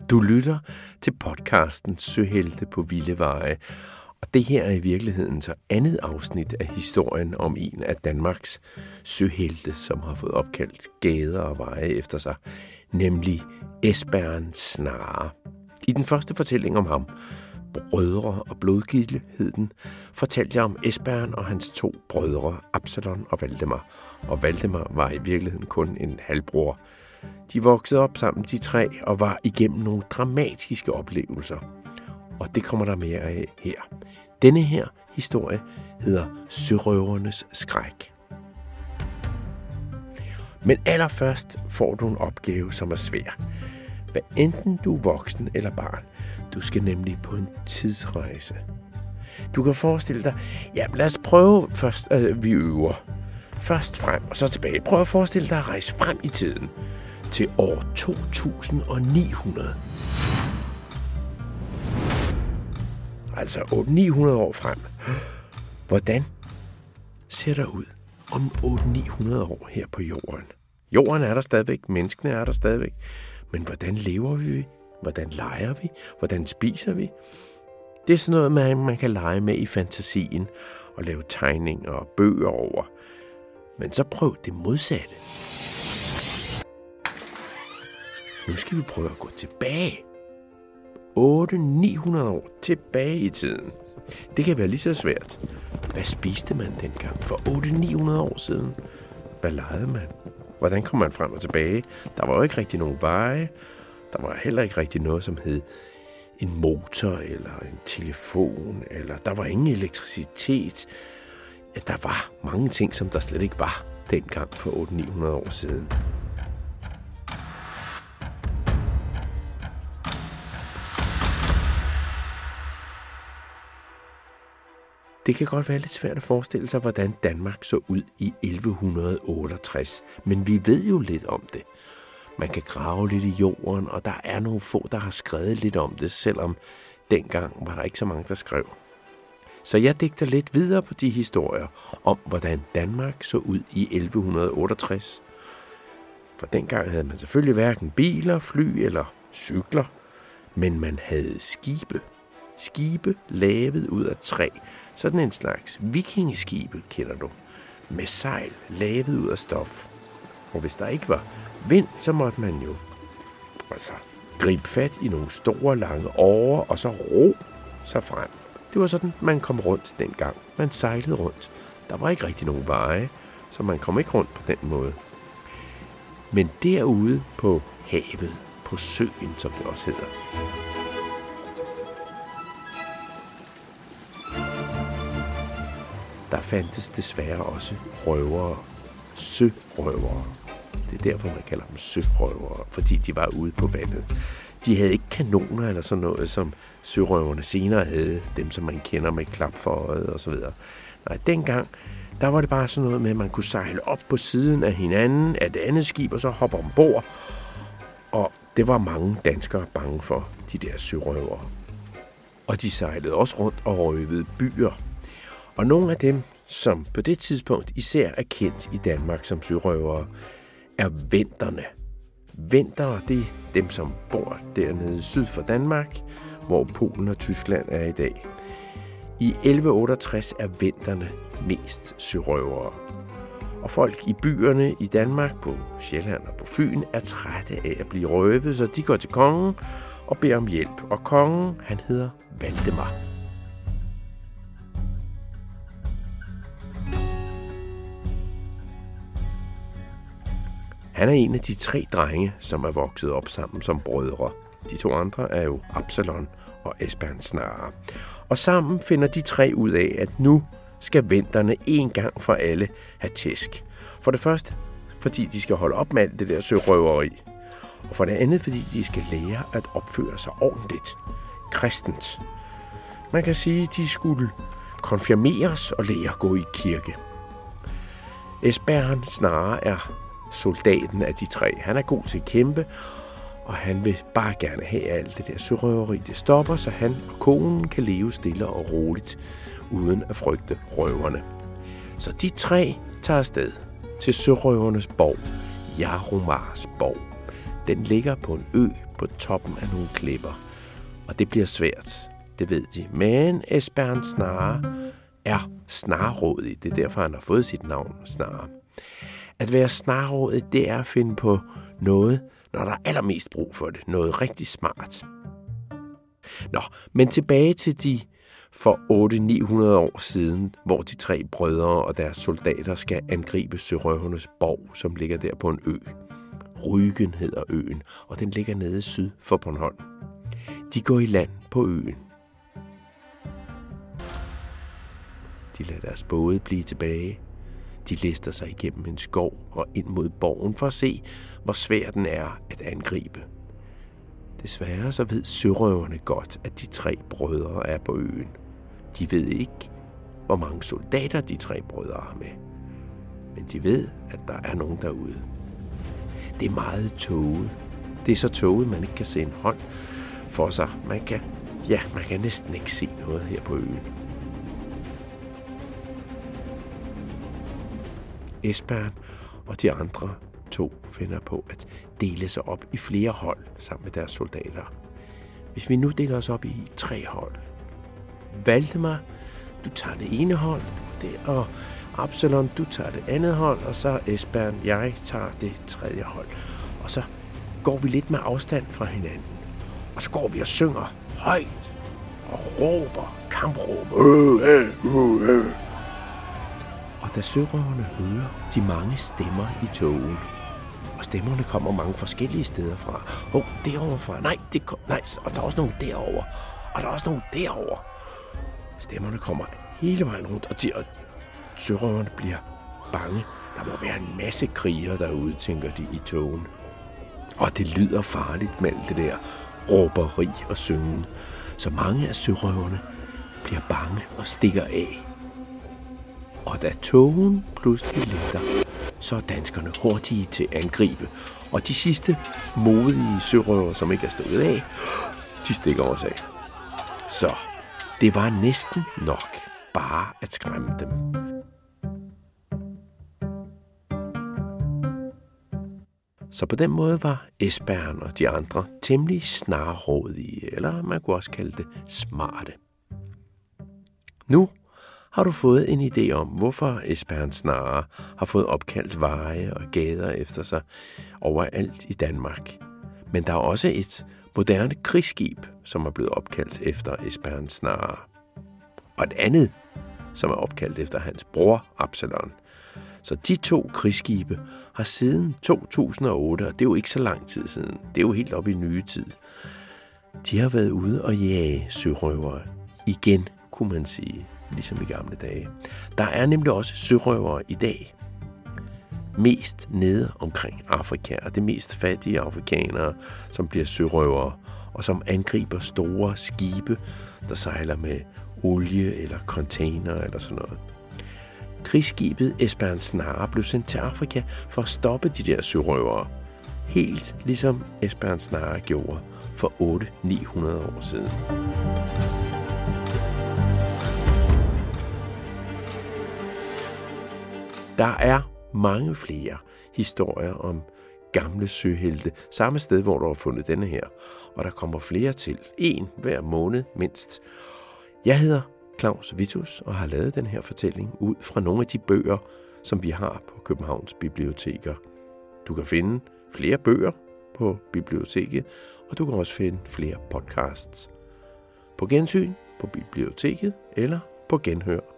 Du lytter til podcasten Søhelte på vilde veje, og det her er i virkeligheden så andet afsnit af historien om en af Danmarks søhelte, som har fået opkaldt gader og veje efter sig, nemlig Esbern Snare. I den første fortælling om ham, Brødre og blodgilde hed den, fortalte jeg om Esbern og hans to brødre, Absalon og Valdemar. Og Valdemar var i virkeligheden kun en halvbror. De voksede op sammen, de tre, og var igennem nogle dramatiske oplevelser. Og det kommer der mere af her. Denne her historie hedder Sørøvernes skræk. Men allerførst får du en opgave, som er svær. Hvad enten du er voksen eller barn, du skal nemlig på en tidsrejse. Du kan forestille dig, lad os prøve først, vi øver. Først frem og så tilbage. Prøv at forestille dig at rejse frem i tiden til år 2900. Altså 800-900 år frem. Hvordan ser der ud om 800-900 år her på jorden? Jorden er der stadigvæk, menneskene er der stadigvæk. Men hvordan lever vi? Hvordan leger vi? Hvordan spiser vi? Det er sådan noget, man kan lege med i fantasien og lave tegninger og bøger over. Men så prøv det modsatte. Nu skal vi prøve at gå tilbage. 800-900 år tilbage i tiden. Det kan være lige så svært. Hvad spiste man dengang for 800-900 år siden? Hvad legede man? Hvordan kom man frem og tilbage? Der var jo ikke rigtig nogen veje. Der var heller ikke rigtig noget, som hed en motor eller en telefon. Eller der var ingen elektricitet. Ja, der var mange ting, som der slet ikke var dengang for 800-900 år siden. Det kan godt være lidt svært at forestille sig, hvordan Danmark så ud i 1168, men vi ved jo lidt om det. Man kan grave lidt i jorden, og der er nogle få, der har skrevet lidt om det, selvom dengang var der ikke så mange, der skrev. Så jeg digter lidt videre på de historier om, hvordan Danmark så ud i 1168. For dengang havde man selvfølgelig hverken biler, fly eller cykler, men man havde skibe. Skibe lavet ud af træ. Sådan en slags vikingeskibe, kender du. Med sejl lavet ud af stof. Og hvis der ikke var vind, så måtte man jo gribe fat i nogle store, lange årer, og så ro sig frem. Det var sådan, man kom rundt dengang. Man sejlede rundt. Der var ikke rigtig nogen veje, så man kom ikke rundt på den måde. Men derude på havet, på søen, som det også hedder, der fandtes desværre også røvere, sørøvere. Det er derfor, man kalder dem sørøvere, fordi de var ude på vandet. De havde ikke kanoner eller sådan noget, som sørøverne senere havde, dem som man kender med klap for øjet og så videre. Nej, dengang, der var det bare sådan noget med, at man kunne sejle op på siden af hinanden, af det andet skib, og så hoppe ombord. Og det var mange danskere bange for, de der sørøvere. Og de sejlede også rundt og røvede byer. Og nogle af dem, som på det tidspunkt især er kendt i Danmark som sørøvere, er venderne. Vendere, det er dem, som bor dernede syd for Danmark, hvor Polen og Tyskland er i dag. I 1168 er venderne mest sørøvere. Og folk i byerne i Danmark, på Sjælland og på Fyn, er trætte af at blive røvet, så de går til kongen og beder om hjælp. Og kongen, han hedder Valdemar. Han er en af de 3 drenge, som er vokset op sammen som brødre. De 2 andre er jo Absalon og Esbern Snare. Og sammen finder de 3 ud af, at nu skal venderne en gang for alle have tæsk. For det første, fordi de skal holde op med alt det der sørøveri. Og for det andet, fordi de skal lære at opføre sig ordentligt. Kristent. Man kan sige, at de skulle konfirmeres og lære at gå i kirke. Esbern Snare er soldaten af de 3. Han er god til at kæmpe, og han vil bare gerne have alt det der sørøveri. Det stopper, så han og konen kan leve stille og roligt, uden at frygte røverne. Så de 3 tager afsted til sørøvernes borg, Jaromars borg. Den ligger på en ø på toppen af nogle klipper. Og det bliver svært, det ved de. Men Esbern Snare er snarrådig. Det er derfor, han har fået sit navn, Snare. At være snarrådig, det er at finde på noget, når der er allermest brug for det. Noget rigtig smart. Nå, men tilbage til de for 800-900 år siden, hvor de 3 brødre og deres soldater skal angribe sørøvernes borg, som ligger der på en ø. Rügen hedder øen, og den ligger nede syd for Bornholm. De går i land på øen. De lader deres både blive tilbage. De lister sig igennem en skov og ind mod borgen for at se, hvor svær den er at angribe. Desværre så ved sørøverne godt, at de 3 brødre er på øen. De ved ikke, hvor mange soldater de 3 brødre har med. Men de ved, at der er nogen derude. Det er meget tåget. Det er så tåget, man ikke kan se en hånd for sig. Man kan næsten ikke se noget her på øen. Esbern og de andre 2 finder på at dele sig op i flere hold sammen med deres soldater. Hvis vi nu deler os op i 3 hold. Valdemar, du tager det ene hold, og Absalon, du tager det andet hold, og så Esbern, jeg tager det 3. hold. Og så går vi lidt med afstand fra hinanden. Og så går vi og synger højt og råber kampråb. Og da sørøverne hører de mange stemmer i togen, og stemmerne kommer mange forskellige steder fra. Derovre fra. Nej, og der er også nogen derovre. Og der er også nogen derovre. Stemmerne kommer hele vejen rundt, og sørøverne bliver bange. Der må være en masse krigere derude, tænker de i togen. Og det lyder farligt med alt det der råberi og synge. Så mange af sørøverne bliver bange og stikker af. Og da togen pludselig letter, så er danskerne hurtige til at angribe. Og de sidste modige sørøver, som ikke er stået af, de stikker også af. Så det var næsten nok bare at skræmme dem. Så på den måde var Esbern og de andre temmelig snarrådige, eller man kunne også kalde det smarte. Nu har du fået en idé om, hvorfor Esbern Snare har fået opkaldt veje og gader efter sig overalt i Danmark. Men der er også et moderne krigsskib, som er blevet opkaldt efter Esbern Snare. Og et andet, som er opkaldt efter hans bror Absalon. Så de 2 krigsskibe har siden 2008, og det er jo ikke så lang tid siden, det er jo helt op i nye tid, de har været ude og jage sørøvere igen, kunne man sige, ligesom i gamle dage. Der er nemlig også sørøvere i dag, mest nede omkring Afrika, og det mest fattige afrikanere, som bliver sørøvere, og som angriber store skibe, der sejler med olie eller container eller sådan noget. Krigsskibet Esbern Snare blev sendt til Afrika for at stoppe de der sørøvere, helt ligesom Esbern Snare gjorde for 800-900 år siden. Der er mange flere historier om gamle søhelte, samme sted, hvor du har fundet denne her. Og der kommer flere til. 1 hver måned mindst. Jeg hedder Claus Vittus og har lavet den her fortælling ud fra nogle af de bøger, som vi har på Københavns biblioteker. Du kan finde flere bøger på biblioteket, og du kan også finde flere podcasts. På gensyn på biblioteket eller på genhør